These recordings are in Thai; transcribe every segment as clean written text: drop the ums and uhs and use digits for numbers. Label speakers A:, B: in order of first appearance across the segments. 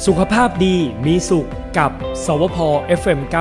A: สุขภาพดีมีสุขกับสวพ. FM 91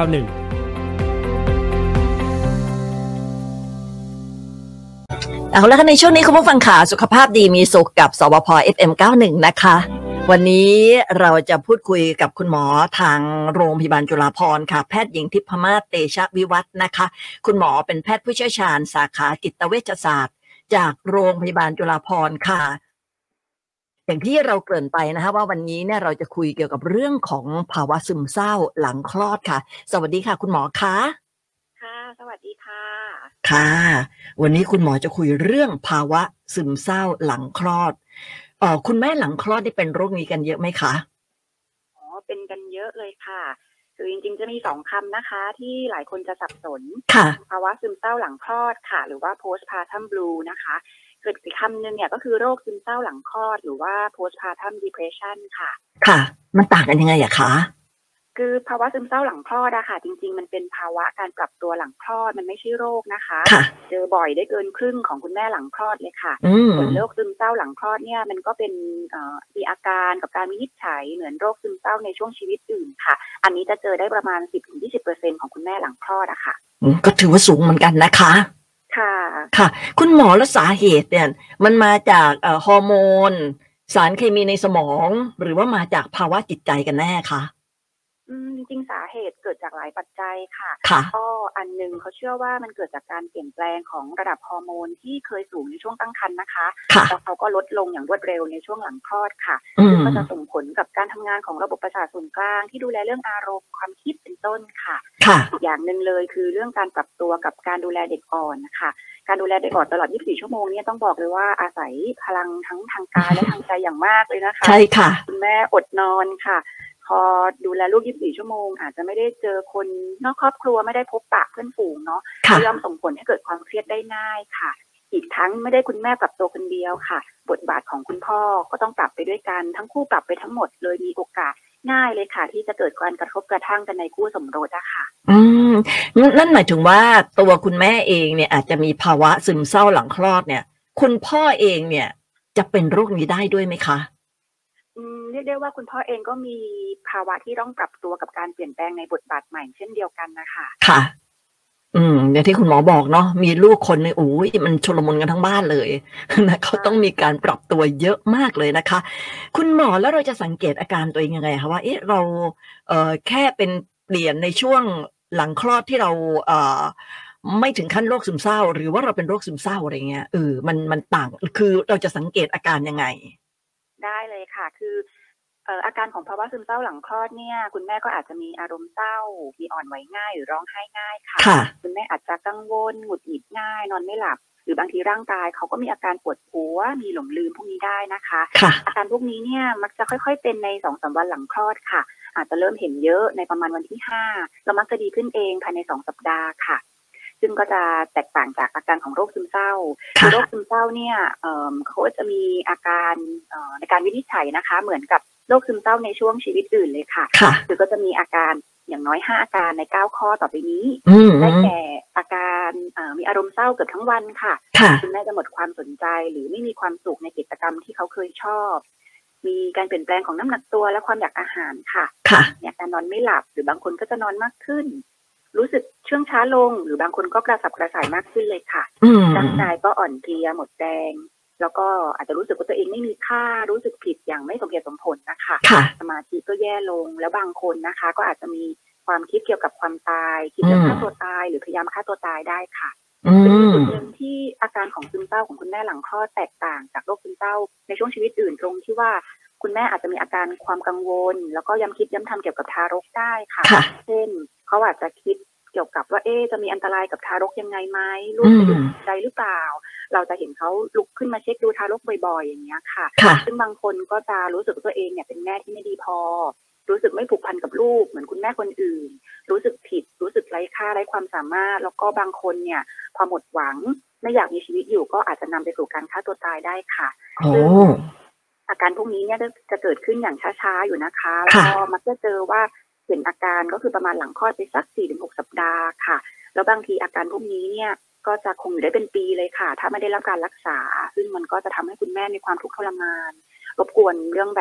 B: เอาละค่ะในช่วงนี้คุณผู้ฟังขาสุขภาพดีมีสุขกับสวพ. FM 91นะคะวันนี้เราจะพูดคุยกับคุณหมอทางโรงพยาบาลจุฬาภรณ์ค่ะแพทย์หญิงทิพมาศเตชะวิวัฒน์นะคะคุณหมอเป็นแพทย์ผู้เชี่ยวชาญสาขาจิตเวชศาสตร์จากโรงพยาบาลจุฬาภรณ์ค่ะอย่างที่เราเกริ่นไปนะคะว่าวันนี้เนี่ยเราจะคุยเกี่ยวกับเรื่องของภาวะซึมเศร้าหลังคลอดค่ะสวัสดีค่ะคุณหมอคะ
C: ค่ะสวัสดีค่ะ
B: ค่ะวันนี้คุณหมอจะคุยเรื่องภาวะซึมเศร้าหลังคลอดคุณแม่หลังคลอดได้เป็นโรคนี้กันเยอะไหมคะ
C: เป็นกันเยอะเลยค่ะคือจริงๆจะมี2คำนะคะที่หลายคนจะสับสน
B: ค่ะ
C: ภาวะซึมเศร้าหลังคลอดค่ะหรือว่า postpartum blue นะคะเกิดอีกคำหนึ่งเนี่ยก็คือโรคซึมเศร้าหลังคลอดหรือว่า postpartum depression ค่ะ
B: ค่ะมันต่างกันยังไงอะคะ
C: คือภาวะซึมเศร้าหลังคลอดอะค่ะจริงๆมันเป็นภาวะการปรับตัวหลังคลอดมันไม่ใช่โรคนะคะเจอบ่อยได้เกินครึ่งของคุณแม่หลังคลอดเลยค่ะส่วนโรคซึมเศร้าหลังคลอดเนี่ยมันก็เป็นมีอาการกับการวินิจฉัยเหมือนโรคซึมเศร้าในช่วงชีวิตอื่นค่ะอันนี้จะเจอได้ประมาณ 10-20% ของคุณแม่หลังคลอดอะค่ะ
B: ก็ถือว่าสูงเหมือนกันนะคะ
C: ค่ะ
B: ค่ะคุณหมอและสาเหตุเนี่ยมันมาจากฮอร์โมนสารเคมีในสมองหรือว่ามาจากภาวะจิตใจกันแน่คะ
C: จริงๆสาเหตุเกิดจากหลายปัจจัยค่ะ
B: ก็
C: อันนึงเขาเชื่อว่ามันเกิดจากการเปลี่ยนแปลงของระดับฮอร์โมนที่เคยสูงในช่วงตั้งครรภ์นะคะแล้วเขาก็ลดลงอย่างรวดเร็วในช่วงหลังคลอดค่ะซึ่งก็จะส่งผลกับการทำงานของระบบประสาทส่วนกลางที่ดูแลเรื่องอารมณ์ความคิดเป็นต้นค่ะอีกอย่างนึงเลยคือเรื่องการปรับตัวกับการดูแลเด็กอ่อนนะคะการดูแลเด็กอ่อนตลอด 24 ชั่วโมงเนี่ยต้องบอกเลยว่าอาศัยพลังทั้งทางกายและทางใจอย่างมากเลยนะคะ
B: ใช่ค่ะ
C: คุณแม่อดนอนค่ะพอดูแลลูก 24 ชั่วโมงอาจจะไม่ได้เจอคนนอกครอบครัวไม่ได้พบปะเพื่อนฝูงเนาะย่อมส่งผลให้เกิดความเครียดได้ง่ายค่ะอีกทั้งไม่ได้คุณแม่ปรับตัวคนเดียวค่ะบทบาทของคุณพ่อก็ต้องปรับไปด้วยกันทั้งคู่ปรับไปทั้งหมดเลยมีโอกาสง่ายเลยค่ะที่จะเกิดการกระทบกระทั่งกันในคู่สมรสอะค่ะ
B: นั่นหมายถึงว่าตัวคุณแม่เองเนี่ยอาจจะมีภาวะซึมเศร้าหลังคลอดเนี่ยคุณพ่อเองเนี่ยจะเป็นโรคนี้ได้ด้วยไหมคะ
C: เรียกได้ว่าคุณพ่อเองก็มีภาวะที่ต้องปรับตัวกับการเปลี่ยนแปลงในบทบาทใหม่เช่นเดียวกันนะคะ
B: ค่ะอย่างที่คุณหมอบอกเนาะมีลูกคนนึงมันชลมุนกันทั้งบ้านเลยนะเขาต้องมีการปรับตัวเยอะมากเลยนะคะคุณหมอแล้วเราจะสังเกตอาการตัวเองยังไงคะว่าเราแค่เป็นเปลี่ยนในช่วงหลังคลอดที่เราไม่ถึงขั้นโรคซึมเศร้าหรือว่าเราเป็นโรคซึมเศร้าอะไรเงี้ยมันต่างคือเราจะสังเกตอาการยังไง
C: ได้เลยค่ะคืออาการของภาวะซึมเศร้าหลังคลอดเนี่ยคุณแม่ก็อาจจะมีอารมณ์เศร้ามีอ่อนไหวง่ายหรือร้องไห้ง่ายค่ะคุณแม่อาจจะกังวลหงุดหงิดง่ายนอนไม่หลับหรือบางทีร่างกายเขาก็มีอาการปวดหัวมีหลงลืมพวกนี้ได้นะคะอาการพวกนี้เนี่ยมักจะค่อยๆเป็นใน 2-3 วันหลังคลอดค่ะอาจจะเริ่มเห็นเยอะในประมาณวันที่5แล้วมักจะดีขึ้นเองภายใน2 สัปดาห์ค่ะซึ่งก็จะแตกต่างจากอาการของโรคซึมเศร้าคือโรคซึมเศร้าเนี่ยเขาจะมีอาการในการวินิจฉัยนะคะเหมือนกับโรคซึมเศร้าในช่วงชีวิตอื่นเลยค่ะคือก็จะมีอาการอย่างน้อย5อาการใน9ข้อต่อไปนี้ได้แก่อาการมีอารมณ์เศร้าเกือบทั้งวันค่ะคุณแม่จะหมดความสนใจหรือไม่มีความสุขในกิจกรรมที่เขาเคยชอบมีการเปลี่ยนแปลงของน้ำหนักตัวและความอยากอาหารค่ะเนี่ยการนอนไม่หลับหรือบางคนก็จะนอนมากขึ้นรู้สึกเชื่องช้าลงหรือบางคนก็กระสับกระส่ายมากขึ้นเลยค่ะร่างกายก็อ่อนเพลียหมดแรงแล้วก็อาจจะรู้สึกว่าตัวเองไม่มีค่ารู้สึกผิดอย่างไม่สมเหตุสมผลนะคะสมาธิก็แย่ลงแล้วบางคนนะคะก็อาจจะมีความคิดเกี่ยวกับความตายคิดจะฆ่าตัวตายหรือพยายามฆ่าตัวตายได้ค่ะเป็นจุดหนึ่งที่อาการของซึมเศร้าของคุณแม่หลังคลอดแตกต่างจากโรคซึมเศร้าในช่วงชีวิตอื่นตรงที่ว่าคุณแม่อาจจะมีอาการความกังวลแล้วก็ย้ำคิดย้ำทำเกี่ยวกับทารกได้ค่ะเช่นเขาอาจจะคิดเกี่ยวกับว่าจะมีอันตรายกับทารกยังไงไหมลูกจะอยู่ใจหรือเปล่าเราจะเห็นเขาลุกขึ้นมาเช็คดูทารกบ่อยๆอย่างเงี้ยค่ะซึ่งบางคนก็จะรู้สึกตัวเองเนี่ยเป็นแม่ที่ไม่ดีพอรู้สึกไม่ผูกพันกับลูกเหมือนคุณแม่คนอื่นรู้สึกผิดรู้สึกไร้ค่าไร้ความสามารถแล้วก็บางคนเนี่ยพอหมดหวังไม่อยากมีชีวิตอยู่ก็อาจจะนำไปสู่การฆ่าตัวตายได้ค่ะซึ่งอาการพวกนี้เนี่ยจะเกิดขึ้นอย่างช้าๆอยู่นะคะแล้วก็มักจะเจอว่าเห็นอาการก็คือประมาณหลังคลอดไปสัก 4-6 สัปดาห์ค่ะแล้วบางทีอาการพวกนี้เนี่ยก็จะคงอยู่ได้เป็นปีเลยค่ะถ้าไม่ได้รับการรักษาซึ่งมันก็จะทำให้คุณแม่มีความทุกข์ทรมานรบกวนเรื่องแบบ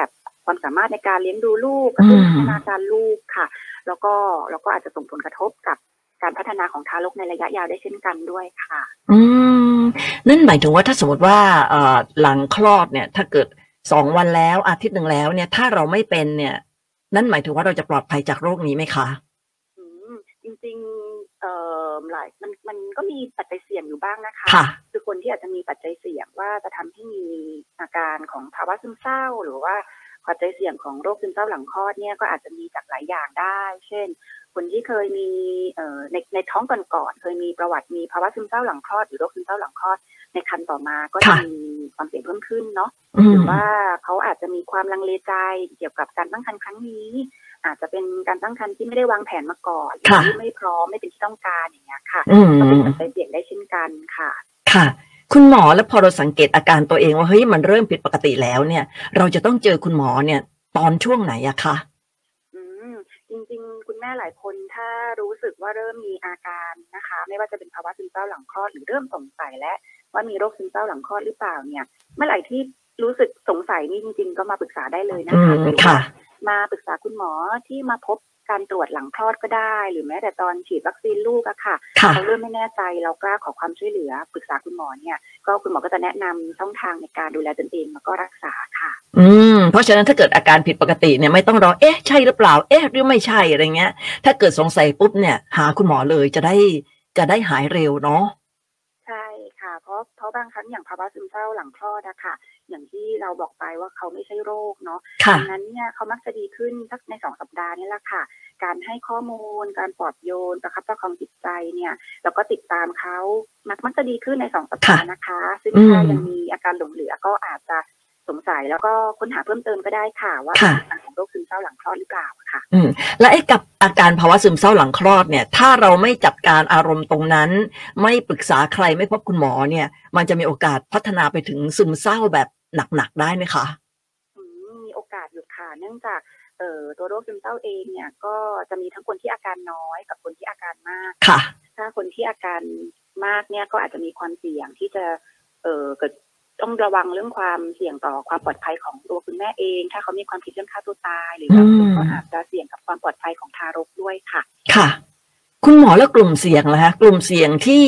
C: ความสามารถในการเลี้ยงดูลูกกระตุ้นพัฒนาการลูกค่ะแล้วก็อาจจะส่งผลกระทบกับการพัฒนาของทารกในระยะยาวได้เช่นกันด้วยค่ะ
B: นั่นหมายถึงว่าถ้าสมมติว่าหลังคลอดเนี่ยถ้าเกิด2 วันแล้วอาทิตย์หนึ่งแล้วเนี่ยถ้าเราไม่เป็นเนี่ยนั่นหมายถึงว่าเราจะปลอดภัยจากโรคนี้ไหมคะ
C: จริงๆหลายมันก็มีปัจจัยเสี่ยงอยู่บ้างนะคะคือคนที่อาจจะมีปัจจัยเสี่ยงว่าจะทำให้มีอาการของภาวะซึมเศร้าหรือว่าปัจจัยเสี่ยงของโรคซึมเศร้าหลังคลอดเนี่ยก็อาจจะมีจากหลายอย่างได้เช่นคนที่เคยมีในท้องก่อนๆเคยมีประวัติมีภาวะซึมเศร้าหลังคลอดหรือโรคซึมเศร้าหลังคลอดในครรภ์ต่อมาก็จะมีความเสี่ยงเพิ่มขึ้นเนาะหรือว่าเขาอาจจะมีความลังเลใจเกี่ยวกับการตั้งครรภ์ครั้งนี้อาจจะเป็นการตั้งครรภ์ที่ไม่ได้วางแผนมาก่อนหรือไม่พร้อมไม่เป็นที่ต้องการอย่างเงี้ยค่ะก็เป็นปัจจัยเสี่ยงได้เช่นกันค่ะ
B: ค่ะคุณหมอแล้วพอเราสังเกตอาการตัวเองว่าเฮ้ยมันเริ่มผิดปกติแล้วเนี่ยเราจะต้องเจอคุณหมอเนี่ยตอนช่วงไหนอะคะ
C: จริงๆคุณแม่หลายคนถ้ารู้สึกว่าเริ่มมีอาการนะคะไม่ว่าจะเป็นภาวะซึมเศร้าหลังคลอดหรือเริ่มสงสัยและว่ามีโรคซึมเศร้าหลังคลอดหรือเปล่าเนี่ยเมื่อไหร่ที่รู้สึกสงสัยนี่จริงๆก็มาปรึกษาได้เลยนะคะมาปรึกษาคุณหมอที่มาพบการตรวจหลังคลอดก็ได้หรือแม้แต่ตอนฉีดวัคซีนลูกอะค่ะเราเริ่มไม่แน่ใจเรากล้าขอความช่วยเหลือปรึกษาคุณหมอเนี่ยก็คุณหมอก็จะแนะนำช่องทางในการดูแลตนเองแล้วก็รักษาค่ะ
B: เพราะฉะนั้นถ้าเกิดอาการผิดปกติเนี่ยไม่ต้องรอใช่หรือเปล่าหรือไม่ใช่อะไรเงี้ยถ้าเกิดสงสัยปุ๊บเนี่ยหาคุณหมอเลยจะได้หายเร็วเนาะ
C: ใช่ค่ะเพราะบางครั้งอย่างภาวะซึมเศร้าหลังคลอดอะค่ะอย่างที่เราบอกไปว่าเขาไม่ใช่โรคเนาะดังนั้นเนี่ยเขามักจะดีขึ้นสักใน2 สัปดาห์นี่แหละค่ะการให้ข้อมูลการปลอบโยนประคับประคองจิตใจเนี่ยแล้วก็ติดตามเขามักจะดีขึ้นใน2 สัปดาห์นะคะซึ่งถ้ายังมีอาการหลงเหลือก็อาจจะสงสัยแล้วก็ค้นหาเพิ่มเติมก็ได้ค่ะว่าเป็นอาการของโรคซึมเศร้าหลังคลอดหรือเปล่าค่ะ
B: และกับอาการภาวะซึมเศร้าหลังคลอดเนี่ยถ้าเราไม่จัดการอารมณ์ตรงนั้นไม่ปรึกษาใครไม่พบคุณหมอเนี่ยมันจะมีโอกาสพัฒนาไปถึงซึมเศร้าแบบหนักๆได้ไหมคะ
C: มีโอกาสอยู่ค่ะเนื่องจากตัวโรคซึมเศร้าเองเนี่ยก็จะมีทั้งคนที่อาการน้อยกับคนที่อาการมาก
B: ค่ะ
C: ถ้าคนที่อาการมากเนี่ยก็อาจจะมีความเสี่ยงที่จะเกิดต้องระวังเรื่องความเสี่ยงต่อความปลอดภัยของตัวคุณแม่เองถ้าเขามีความคิดเรื่องฆ่าตัวตายหรือบางคนก็อาจจะเสี่ยงกับความปลอดภัยของทารกด้วยค่ะ
B: ค่ะคุณหมอแล้วกลุ่มเสี่ยงล่ะคะกลุ่มเสี่ยงที่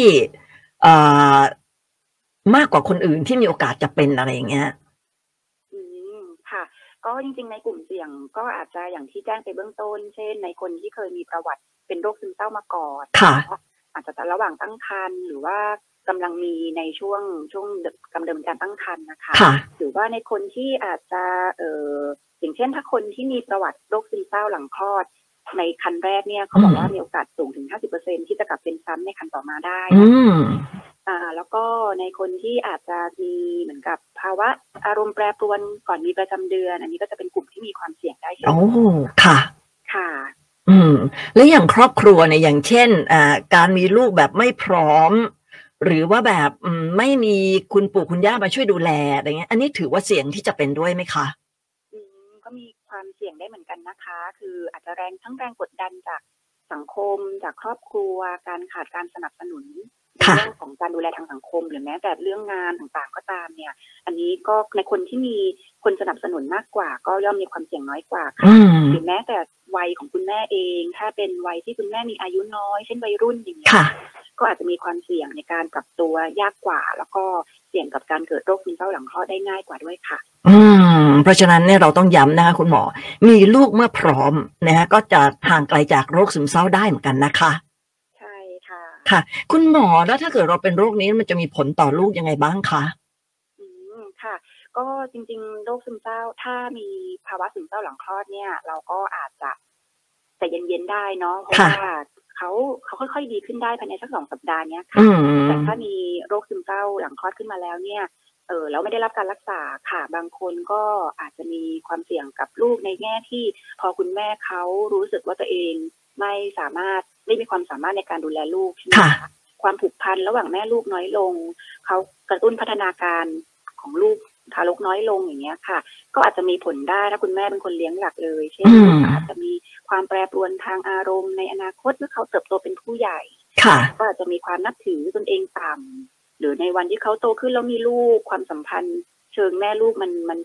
B: มากกว่าคนอื่นที่มีโอกาสจะเป็นอะไรอย่างเงี้ย
C: ค่ะก็จริงๆในกลุ่มเสี่ยงก็อาจจะอย่างที่แจ้งไปเบื้องต้นเช่นในคนที่เคยมีประวัติเป็นโรคซึมเศร้ามาก่อนอาจจะระหว่างตั้งครรภ์หรือว่ากำลังมีในช่วงกำเนิดการตั้งครรภ์นะคะหรือว่าในคนที่อาจจะอย่างเช่นถ้าคนที่มีประวัติโรคซึมเศร้าหลังคลอดในครรภ์แรกเนี่ยเขาบอกว่ามีโอกาสสูงถึง 50% ที่จะกลับเป็นซ้ำในครรภ์ต่อมาได้แล้วก็ในคนที่อาจจะมีเหมือนกับภาวะอารมณ์แปรปรวนก่อนมีประจำเดือนอันนี้ก็จะเป็นกลุ่มที่มีความเสี่ยงได้เช่นกัน
B: ค่ะ
C: ค่ะ
B: แล้วอย่างครอบครัวเนี่ยอย่างเช่นการมีลูกแบบไม่พร้อมหรือว่าแบบไม่มีคุณปู่คุณย่ามาช่วยดูแลอะไรเงี้ยอันนี้ถือว่าเสี่ยงที่จะเป็นด้วยไหมคะ
C: ก็มีความเสี่ยงได้เหมือนกันนะคะคืออาจจะแรงกดดันจากสังคมจากครอบครัวการขาดการสนับสนุนเรื่องของการดูแลทางสังคมหรือแม้แต่เรื่องงานต่างๆก็ตามเนี่ยอันนี้ก็ในคนที่มีคนสนับสนุนมากกว่าก็ย่อมมีความเสี่ยงน้อยกว่าค่ะหรือแม้แต่วัยของคุณแม่เองถ้าเป็นวัยที่คุณแม่มีอายุน้อยเช่นวัยรุ่นอย่างเงี้ยก็อาจจะมีความเสี่ยงในการปรับตัวยากกว่าแล้วก็เสี่ยงกับการเกิดโรคซึมเศร้าหลังคลอดได้ง่ายกว่าด้วยค่ะ
B: เพราะฉะนั้นเนี่ยเราต้องย้ำนะคะคุณหมอมีลูกเมื่อพร้อมนะฮะก็จะห่างไกลจากโรคซึมเศร้าได้เหมือนกันนะคะ
C: ใช่ค่ะ
B: ค่ะคุณหมอแล้วถ้าเกิดเราเป็นโรคนี้มันจะมีผลต่อลูกยังไงบ้างคะ
C: ค่ะก็จริงๆโรคซึมเศร้าถ้ามีภาวะซึมเศร้าหลังคลอดเนี่ยเราก็อาจจะใจเย็นๆได้เนาะเพราะว่าเขาค่อยๆดีขึ้นได้ภายในสัก2 สัปดาห์เนี้ยค่ะแต่ถ้ามีโรคซึมเศร้าหลังคลอดขึ้นมาแล้วเนี่ยแล้วไม่ได้รับการรักษาค่ะบางคนก็อาจจะมีความเสี่ยงกับลูกในแง่ที่พอคุณแม่เขารู้สึกว่าตัวเองไม่มีความสามารถในการดูแลลูกใช่ไหมคะความผูกพันระหว่างแม่ลูกน้อยลงเขากระตุ้นพัฒนาการของลูกทารกน้อยลงอย่างเงี้ยค่ะก็อาจจะมีผลได้ถ้าคุณแม่เป็นคนเลี้ยงหลักเลยเช่นอาจจะมีความแปรปรวนทางอารมณ์ในอนาคตเมื่อเขาเติบโตเป็นผู้ใหญ่ก็อาจจะมีความนับถือตนเองต่ำหรือในวันที่เขาโตขึ้นแล้วมีลูกความสัมพันธ์เชิงแม่ลูกมันถูก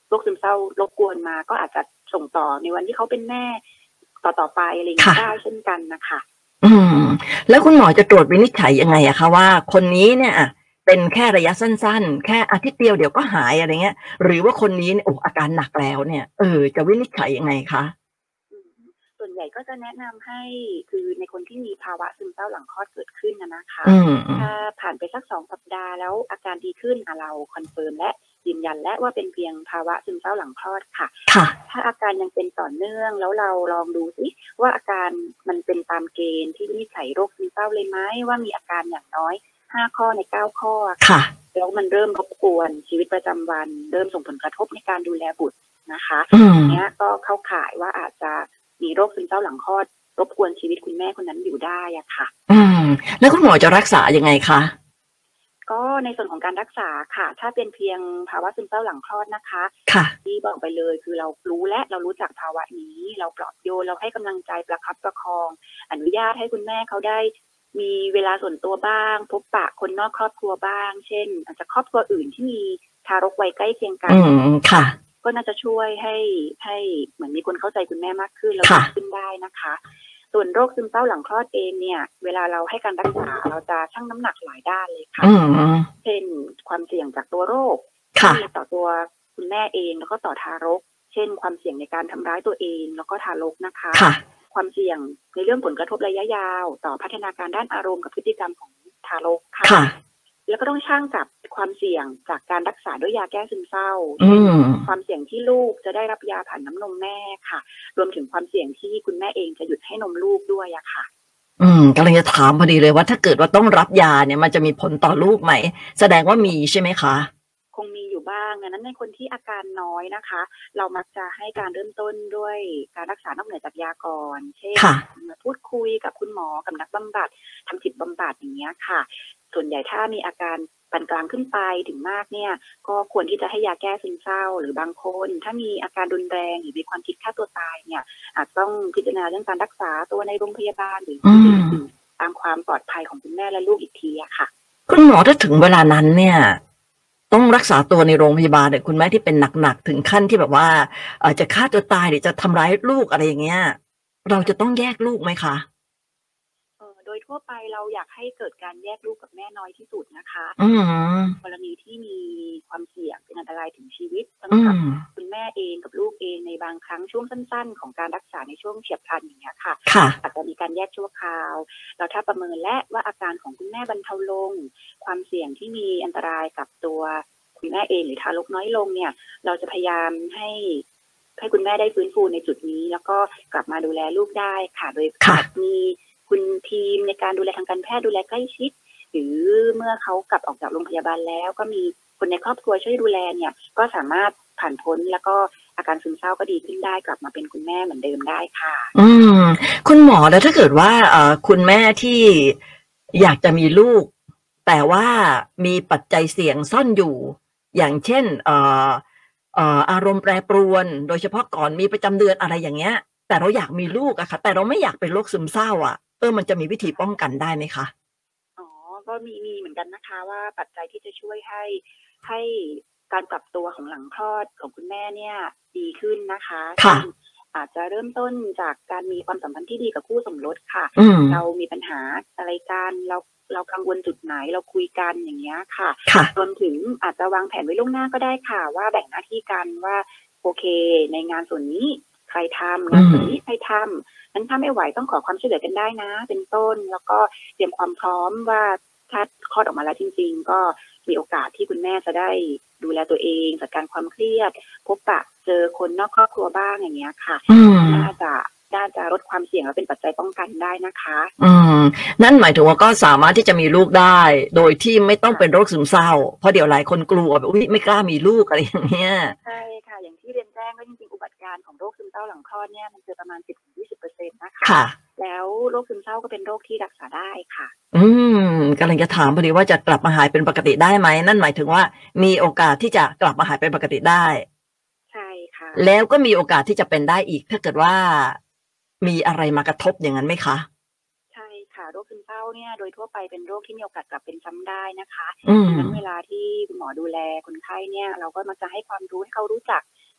C: โรคซึมเศร้ารบกวนมาก็อาจจะส่งต่อในวันที่เขาเป็นแม่ต่อไปอะไรอย่างนี้ได้เช่นกันนะคะ
B: แล้วคุณหมอจะตรวจวินิจฉัยยังไงอะคะว่าคนนี้เนี่ยเป็นแค่ระยะสั้นๆแค่อาทิตย์เดียวเดี๋ยวก็หายอะไรเงี้ยหรือว่าคนนี้อาการหนักแล้วเนี่ยจะวินิจฉัยยังไงคะ
C: ส่วนใหญ่ก็จะแนะนำให้คือในคนที่มีภาวะซึมเศร้าหลังคลอดเกิดขึ้นนะคะถ้าผ่านไปสัก2 สัปดาห์แล้วอาการดีขึ้นเราคอนเฟิร์มและยืนยันและว่าเป็นเพียงภาวะซึมเศร้าหลังคลอดค่ะถ้าอาการยังเป็นต่อเนื่องแล้วเราลองดูสิว่าอาการมันเป็นตามเกณฑ์ที่วินิจฉัยโรคซึมเศร้าเลยไหมว่ามีอาการอย่างน้อย5 ข้อใน9 ข้อค่ะแล้วมันเริ่มรบกวนชีวิตประจำวันเริ่มส่งผลกระทบในการดูแลบุตรนะคะเนี้ยก็เข้าข่ายว่าอาจจะมีโรคซึมเศร้าหลังคลอดรบกวนชีวิตคุณแม่คนนั้นอยู่ได้ค่ะ
B: แล้วคุณหมอจะรักษายังไงคะ
C: ก็ในส่วนของการรักษาค่ะถ้าเป็นเพียงภาวะซึมเศร้าหลังคลอดนะคะที่บอกไปเลยคือเรารู้และเรารู้จักภาวะนี้เราปลอบโยนเราให้กำลังใจประคับประคองอนุญาตให้คุณแม่เขาได้มีเวลาส่วนตัวบ้างพบปะคนนอกครอบครัวบ้างเช่นอาจจะครอบครัวอื่นที่มีทารกวัยใกล้เคียงกัน
B: ค่ะ
C: ก็น่าจะช่วยให้เหมือนมีคนเข้าใจคุณแม่มากขึ้นแล้วดีขึ้นได้นะคะส่วนโรคซึมเศร้าหลังคลอดเองเนี่ยเวลาเราให้การรักษาเราจะชั่งน้ำหนักหลายด้านเลยค่ะเช่นความเสี่ยงจากตัวโรคที่มีต่อตัวคุณแม่เองแล้วก็ต่อทารกเช่นความเสี่ยงในการทำร้ายตัวเองแล้วก็ทารกนะคะความเสี่ยงในเรื่องผลกระทบระยะยาวต่อพัฒนาการด้านอารมณ์กับพฤติกรรมของทารกค่ะแล้วก็ต้องชั่งกับความเสี่ยงจากการรักษาด้วยยาแก้ซึมเศร้าความเสี่ยงที่ลูกจะได้รับยาผ่านน้ำนมแม่ค่ะรวมถึงความเสี่ยงที่คุณแม่เองจะหยุดให้นมลูกด้วยค่ะ
B: กำลังจะถามพอดีเลยว่าถ้าเกิดว่าต้องรับยาเนี่ยมันจะมีผลต่อลูกไหมแสดงว่ามีใช่ไหมคะ
C: คงมีอยู่บ้างดังนั้นในคนที่อาการน้อยนะคะเรามักจะให้การเริ่มต้นด้วยการรักษานอกเหนือจากยาก่อนเช่นพูดคุยกับคุณหมอกับนักบำบัดทำจิตบำบัดอย่างเงี้ยค่ะส่วนใหญ่ถ้ามีอาการปานกลางขึ้นไปถึงมากเนี่ยก็ควรที่จะให้ยาแก้ซึมเศร้าหรือบางคนถ้ามีอาการรุนแรงหรือมีความคิดฆ่าตัวตายเนี่ยอาจต้องพิจารณาเรื่องการรักษาตัวในโรงพยาบาลหรือตามความปลอดภัยของคุณแม่และลูกอีกทีค่ะ
B: คุณหมอถ้าถึงเวลานั้นเนี่ยต้องรักษาตัวในโรงพยาบาลเนี่ยคุณแม่ที่เป็นหนักๆถึงขั้นที่แบบว่าจะฆ่าตัวตายหรือจะทำร้ายลูกอะไรอย่างเงี้ยเราจะต้องแยกลูกไหมคะ
C: โดยทั่วไปเราอยากให้เกิดการแยกลูกกับแม่น้อยที่สุดนะคะกรณีที่มีความเสี่ยงเป็นอันตรายถึงชีวิตสำหรับคุณแม่เองกับลูกเองในบางครั้งช่วงสั้นๆของการรักษาในช่วงเฉียบพลันอย่างเงี้ยค่ะอาจจะมีการแยกชั่วคราวแล้วถ้าประเมินและว่าอาการของคุณแม่บรรเทาลงความเสี่ยงที่มีอันตรายกับตัวคุณแม่เองหรือทารกน้อยลงเนี่ยเราจะพยายามให้คุณแม่ได้ฟื้นฟูในจุดนี้แล้วก็กลับมาดูแลลูกได้ค่ะโดยมีคุณทีมในการดูแลทางการแพทย์ดูแลใกล้ชิดหรือเมื่อเขากลับออกจากโรงพยาบาลแล้วก็มีคนในครอบครัวช่วยดูแลเนี่ยก็สามารถผ่านพ้นแล้วก็อาการซึมเศร้าก็ดีขึ้นได้กลับมาเป็นคุณแม่เหมือนเดิมได้ค่ะ
B: คุณหมอแล้วถ้าเกิดว่าคุณแม่ที่อยากจะมีลูกแต่ว่ามีปัจจัยเสี่ยงซ่อนอยู่อย่างเช่นอารมณ์แปรปรวนโดยเฉพาะก่อนมีประจำเดือนอะไรอย่างเงี้ยแต่เราอยากมีลูกอะค่ะแต่เราไม่อยากเป็นโรคซึมเศร้าอะมันจะมีวิธีป้องกันได้ไหมคะ
C: ก็มีเหมือนกันนะคะว่าปัจจัยที่จะช่วยให้การปรับตัวของหลังคลอดของคุณแม่เนี่ยดีขึ้นนะคะอาจจะเริ่มต้นจากการมีความสัมพันธ์ที่ดีกับคู่สมรสค่ะเรามีปัญหาอะไรกันเรากังวลจุดไหนเราคุยกันอย่างเงี้ยค่ะรวมถึงอาจจะวางแผนไว้ล่วงหน้าก็ได้ค่ะว่าแบ่งหน้าที่กันว่าโอเคในงานส่วนนี้ใครทำงานส่วนนี้ใครทำนั้นถ้าไม่ไหวต้องขอความช่วยเหลือกันได้นะเป็นต้นแล้วก็เตรียมความพร้อมว่าถ้าคลอดออกมาแล้วจริงๆก็มีโอกาสที่คุณแม่จะได้ดูแลตัวเองจัดการความเครียดพบปะเจอคนนอกครอบครัวบ้างอย่างเงี้ยค่ะน่าจะลดความเสี่ยงและเป็นปัจจัยป้องกันได้นะคะ
B: นั่นหมายถึงว่าก็สามารถที่จะมีลูกได้โดยที่ไม่ต้องเป็นโรคซึมเศร้าเพราะเดี๋ยวหลายคนกลัวแบบไม่กล้ามีลูกอะไรอย่างเงี้ย
C: ใช่ค่ะอย่างที่เรียนแจ้งว่าจริงๆอุบัติการของโรคซึมเศร้าหลังคลอดเนี่ยมันเจอประมาณ 10-20% นะคะแล้วโรคซึมเศร้าก็เป็นโรคที่รักษาได้ค่ะ
B: กำลังจะถามพอดีว่าจะกลับมาหายเป็นปกติได้ไหมนั่นหมายถึงว่ามีโอกาสที่จะกลับมาหายเป็นปกติได้
C: ใช่ค่ะ
B: แล้วก็มีโอกาสที่จะเป็นได้อีกถ้าเกิดว่ามีอะไรมากระทบอย่างนั้นไหมคะ
C: ใช่ค่ะโรคซึมเศร้าเนี่ยโดยทั่วไปเป็นโรคที่มีโอกาสกลับเป็นซ้ำได้นะคะดังนั้นเวลาที่คุณหมอดูแลคนไข้เนี่ยเราก็มักจะให้ความรู้ให้เขารู้จัก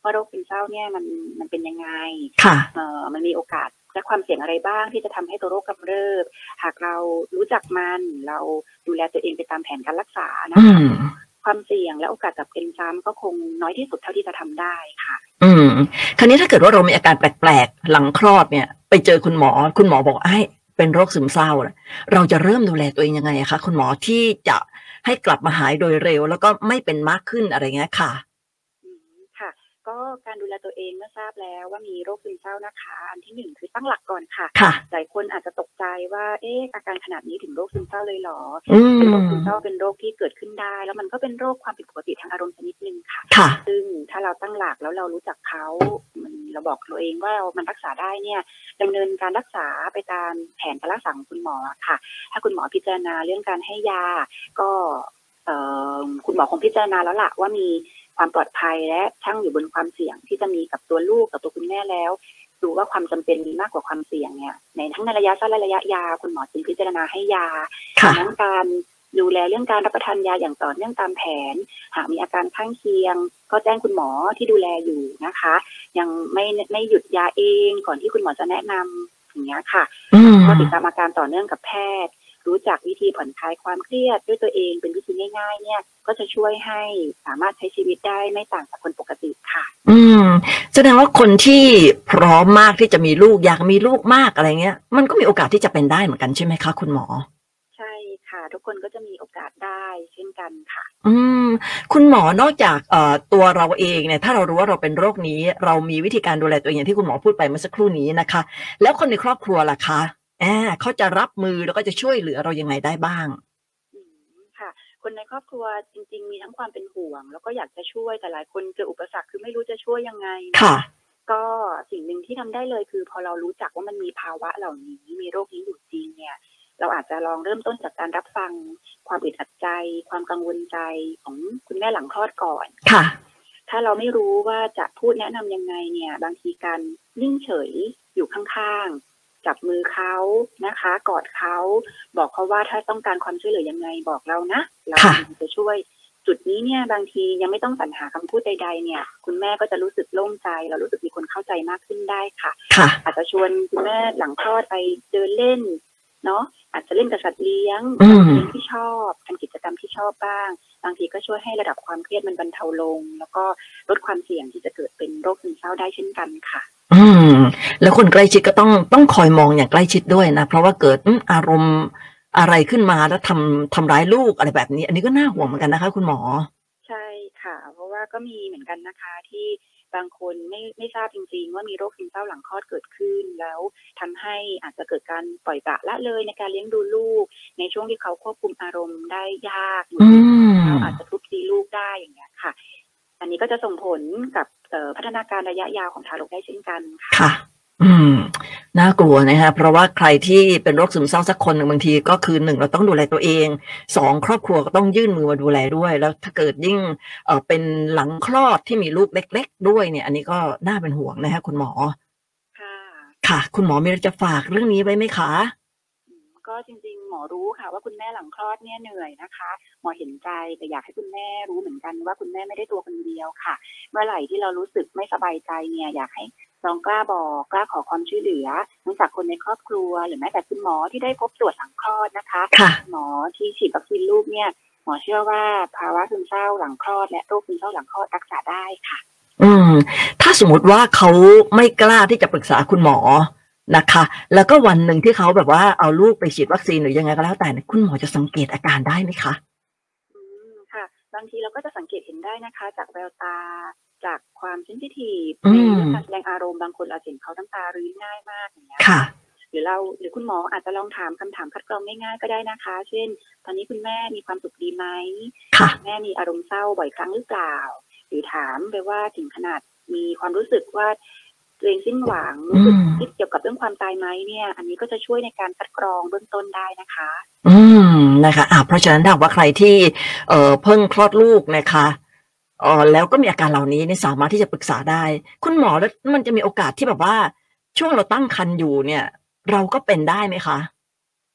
C: ว่าโรคซึมเศร้าเนี่ยมันเป็นยังไง
B: ค่ะ
C: มันมีโอกาสและความเสี่ยงอะไรบ้างที่จะทำให้ตัวโรคกำเริบหากเรารู้จักมันเราดูแลตัวเองไปตามแผนการรักษานะคะความเสี่ยงและโอกาสจะเป็นซ้ำก็คงน้อยที่สุดเท่าที่จะทำได้ค่ะ
B: คราวนี้ถ้าเกิดว่าเรามีอาการแปลกๆหลังคลอดเนี่ยไปเจอคุณหมอบอกให้เป็นโรคซึมเศร้าเราจะเริ่มดูแลตัวเองยังไงคะคุณหมอที่จะให้กลับมาหายโดยเร็วแล้วก็ไม่เป็นมากขึ้นอะไรเงี้ยค่ะ
C: ค่ะก็การดูแลตัวเองเมื่อทราบแล้วว่ามีโรคซึมเศร้านะคะอันที่หนึ่งคือตั้งหลักก่อนค่ะหลายคนอาจจะตกใจว่าอาการขนาดนี้ถึงโรคซึมเศร้าเลยเหรอเป็นโรคซึมเศร้าเป็นโรคที่เกิดขึ้นได้แล้วมันก็เป็นโรคความผิดปกติทางอารมณ์ชนิดนึงค่ะซึ่งถ้าเราตั้งหลักแล้วเรารู้จักเขาเราบอกตัวเองว่ามันรักษาได้เนี่ยดำเนินการรักษาไปตามแผนการรักษาของคุณหมอค่ะถ้าคุณหมอพิจารณาเรื่องการให้ยาก็คุณหมอคงพิจารณาแล้วล่ะว่ามีความปลอดภัยและชั่งอยู่บนความเสี่ยงที่จะมีกับตัวลูกกับตัวคุณแม่แล้วดูว่าความจำเป็นมีมากกว่าความเสี่ยงเนี่ยในทั้งในระยะสั้นและระยะยาวคุณหมอจึงพิจารณาให้ยาทั้งการดูแลเรื่องการรับประทานยาอย่างต่อเนื่องตามแผนหากมีอาการข้างเคียงก็แจ้งคุณหมอที่ดูแลอยู่นะคะยังไม่หยุดยาเองก่อนที่คุณหมอจะแนะนำอย่างเงี้ยค่ะก็ติดตามอาการต่อเนื่องกับแพทย์รู้จักวิธีผ่อนคลายความเครียดด้วยตัวเองเป็นวิธีง่ายๆเนี่ยก็จะช่วยให้สามารถใช้ชีวิตได้ไม่ต่างจากคนปกติค่ะ
B: แสดงว่าคนที่พร้อมมากที่จะมีลูกอยากมีลูกมากอะไรเงี้ยมันก็มีโอกาสที่จะเป็นได้เหมือนกันใช่ไหมคะคุณหมอ
C: ใช่ค่ะทุกคนก็จะมีโอกาสได้เช่นกันค่ะ
B: คุณหมอนอกจากตัวเราเองเนี่ยถ้าเรารู้ว่าเราเป็นโรคนี้เรามีวิธีการดูแลตัวเองอย่างที่คุณหมอพูดไปเมื่อสักครู่นี้นะคะแล้วคนในครอบครัวล่ะคะเขาจะรับมือแล้วก็จะช่วยเหลือเรายังไงได้บ้าง
C: ค่ะคนในครอบครัวจริงๆมีทั้งความเป็นห่วงแล้วก็อยากจะช่วยแต่หลายคนเจออุปสรรคคือไม่รู้จะช่วยยังไง
B: ค่ะ
C: ก็สิ่งหนึ่งที่ทำได้เลยคือพอเรารู้จักว่ามันมีภาวะเหล่านี้มีโรคนี้อยู่จริงเนี่ยเราอาจจะลองเริ่มต้นจากการรับฟังความอึดอัดใจความกังวลใจของคุณแม่หลังคลอดก่อน
B: ค่ะ
C: ถ้าเราไม่รู้ว่าจะพูดแนะนำยังไงเนี่ยบางทีการนิ่งเฉยอยู่ข้างๆจับมือเขานะคะกอดเขาบอกเขาว่าถ้าต้องการความช่วยเหลือยังไงบอกเรานะเราจะช่วยจุดนี้เนี่ยบางทียังไม่ต้องสรรหาคำพูดใดๆเนี่ยคุณแม่ก็จะรู้สึกโล่งใจเรารู้สึกมีคนเข้าใจมากขึ้นได้ค่ะอาจจะชวนคุณแม่หลังคลอดไปเดินเล่นเนาะอาจจะเล่นกับสัตว์เลี้ยงที่ชอบทำกิจกรรมที่ชอบบ้างบางทีก็ช่วยให้ระดับความเครียดมันบรรเทาลงแล้วก็ลดความเสี่ยงที่จะเกิดเป็นโรคซึมเศร้าได้เช่นกันค่ะ
B: แล้วคนใกล้ชิดก็ต้องคอยมองอย่างใกล้ชิดด้วยนะเพราะว่าเกิดอารมณ์อะไรขึ้นมาแล้วทำร้ายลูกอะไรแบบนี้อันนี้ก็น่าห่วงเหมือนกันนะคะคุณหมอ
C: ใช่ค่ะเพราะว่าก็มีเหมือนกันนะคะที่บางคนไม่ทราบจริงๆว่ามีโรคซึมเศร้าหลังคลอดเกิดขึ้นแล้วทำให้อาจจะเกิดการปล่อยปละละเลยในการเลี้ยงดูลูกในช่วงที่เขาควบคุมอารมณ์ได้ยากแล้วอาจจะทุบตีลูกได้อย่างเงี้ยค่ะอันนี้ก็จะส่งผลกับพัฒนาการระยะยาวของทารกได้เช่นกัน
B: ค่ะน่ากลัวนะคะเพราะว่าใครที่เป็นโรคซึมเศร้าสักคนหนึ่งบางทีก็คือ1เราต้องดูแลตัวเอง2ครอบครัวก็ต้องยื่นมือมาดูแลด้วยแล้วถ้าเกิดยิ่งเป็นหลังคลอดที่มีลูกเล็กๆด้วยเนี่ยอันนี้ก็น่าเป็นห่วงนะคะคุณหมอค่ะคุณหมอมีอะไรจะฝากเรื่องนี้ไว้ไหมคะ
C: ก็จริงๆหมอรู้ค่ะว่าคุณแม่หลังคลอดเนี่ยเหนื่อยนะคะหมอเห็นใจแต่อยากให้คุณแม่รู้เหมือนกันว่าคุณแม่ไม่ได้ตัวคนเดียวค่ะเมื่อไหร่ที่เรารู้สึกไม่สบายใจเนี่ยอยากให้ลองกล้าบอกกล้าขอความช่วยเหลือทั้งจากคนในครอบครัวหรือแม้แต่คุณหมอที่ได้พบตรวจหลังคลอดนะคะหมอที่ฉีดวัคซีนลูกเนี่ยหมอเชื่อว่าภาวะซึมเศร้าหลังคลอดและโรคซึมเศร้าหลังคลอดรักษาได้ค่ะ
B: ถ้าสมมติว่าเขาไม่กล้าที่จะปรึกษาคุณหมอนะคะแล้วก็วันหนึ่งที่เขาแบบว่าเอาลูกไปฉีดวัคซีนหรือยังไงก็แล้วแต่คุณหมอจะสังเกตอาการได้ไหมคะ
C: ค่ะบางทีเราก็จะสังเกตเห็นได้นะคะจากแววตาจากความเซนซิทีฟในเรื่องการแสดงอารมณ์บางคนเราเห็นเขาน้ำตารื้นง่ายมากอย่างเงี้ยหรือคุณหมออาจจะลองถามคำถามคัดกรองง่ายๆก็ได้นะคะเช่นตอนนี้คุณแม่มีความสุขดีไหมแม่มีอารมณ์เศร้าบ่อยครั้งหรือเปล่าหรือถามไปว่าถึงขนาดมีความรู้สึกว่าตัวเองสิ้นหวังรู้สึกคิดเกี่ยวกับเรื่องความตายไหมเนี่ยอันนี้ก็จะช่วยในการคัดกรองเบื้องต้นได้นะคะ
B: นะคะเพราะฉะนั้นถ้าว่าใครที่เพิ่งคลอดลูกนะคะแล้วก็มีอาการเหล่านี้เนี่ยสามารถที่จะปรึกษาได้คุณหมอแล้วมันจะมีโอกาสที่แบบว่าช่วงเราตั้งครรภ์อยู่เนี่ยเราก็เป็นได้ไหมคะ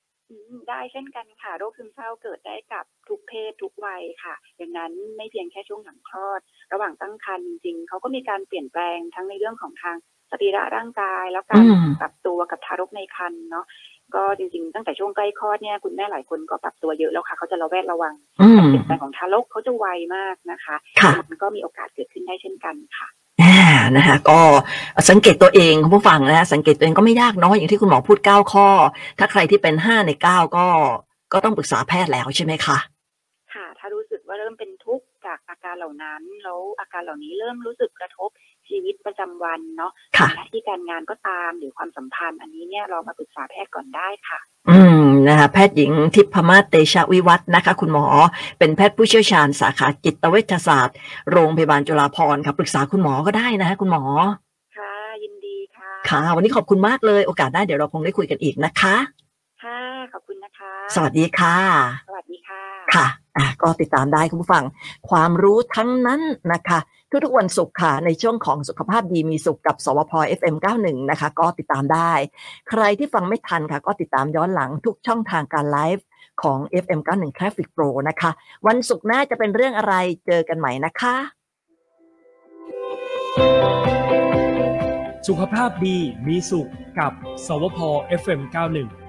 C: ได้เช่นกันค่ะโรคซึมเศร้าเกิดได้กับทุกเพศทุกวัยค่ะดังนั้นไม่เพียงแค่ช่วงหลังคลอดระหว่างตั้งครรภ์จริงๆเขาก็มีการเปลี่ยนแปลงทั้งในเรื่องของทางสรีระร่างกายแล้วการปรับตัวกับทารกในครรภ์เนาะก็จริงๆตั้งแต่ช่วงใกล้คลอดเนี่ยคุณแม่หลายคนก็ปรับตัวเยอะแล้วค่ะเขาจะระแวดระวังการเปลี่ยนแปลงของทารกเขาจะไวมากนะคะมันก็มีโอกาสเกิดขึ้นได้เช่นกันค่ะ
B: นะคะก็สังเกตตัวเองคุณผู้ฟังนะสังเกตตัวเองก็ไม่ยากเนาะอย่างที่คุณหมอพูด9ข้อถ้าใครที่เป็น5ใน9ก็ต้องปรึกษาแพทย์แล้วใช่ไหมคะ
C: ค่ะถ้ารู้สึกว่าเริ่มเป็นทุกข์จากอาการเหล่านั้นแล้วอาการเหล่านี้เริ่มรู้สึกกระทบชีวิตประจำวันเนาะหน้าที่การงานก็ตามหรือความสัมพันธ์อันนี้เนี่ยเรามาปรึกษาแพทย์ก่อนได้ค่ะ
B: นะคะแพทย์หญิงทิพมาศเตชะวิวัฒน์นะคะคุณหมอเป็นแพทย์ผู้เชี่ยวชาญสาขาจิตเวชศาสตร์โรงพยาบาลจุฬาภรณ์ค่ะปรึกษาคุณหมอก็ได้นะคะคุณหมอ
C: ค่ะยินดีค่ะ
B: ค่ะวันนี้ขอบคุณมากเลยโอกาสหน้าเดี๋ยวเราคงได้คุยกันอีกนะคะ
C: ค่ะขอบคุณนะคะ
B: สวัสดีค่ะ
C: สวัสดีค่ะ
B: ค่ะก็ติดตามได้คุณผู้ฟังความรู้ทั้งนั้นนะคะทุกๆวันศุกร์ค่ะในช่วงของสุขภาพดีมีสุขกับสวพ FM91 นะคะก็ติดตามได้ใครที่ฟังไม่ทันค่ะก็ติดตามย้อนหลังทุกช่องทางการไลฟ์ของ FM91 Traffic Pro นะคะวันศุกร์หน้าจะเป็นเรื่องอะไรเจอกันใหม่นะคะ
A: สุขภาพดีมีสุขกับสวพ FM91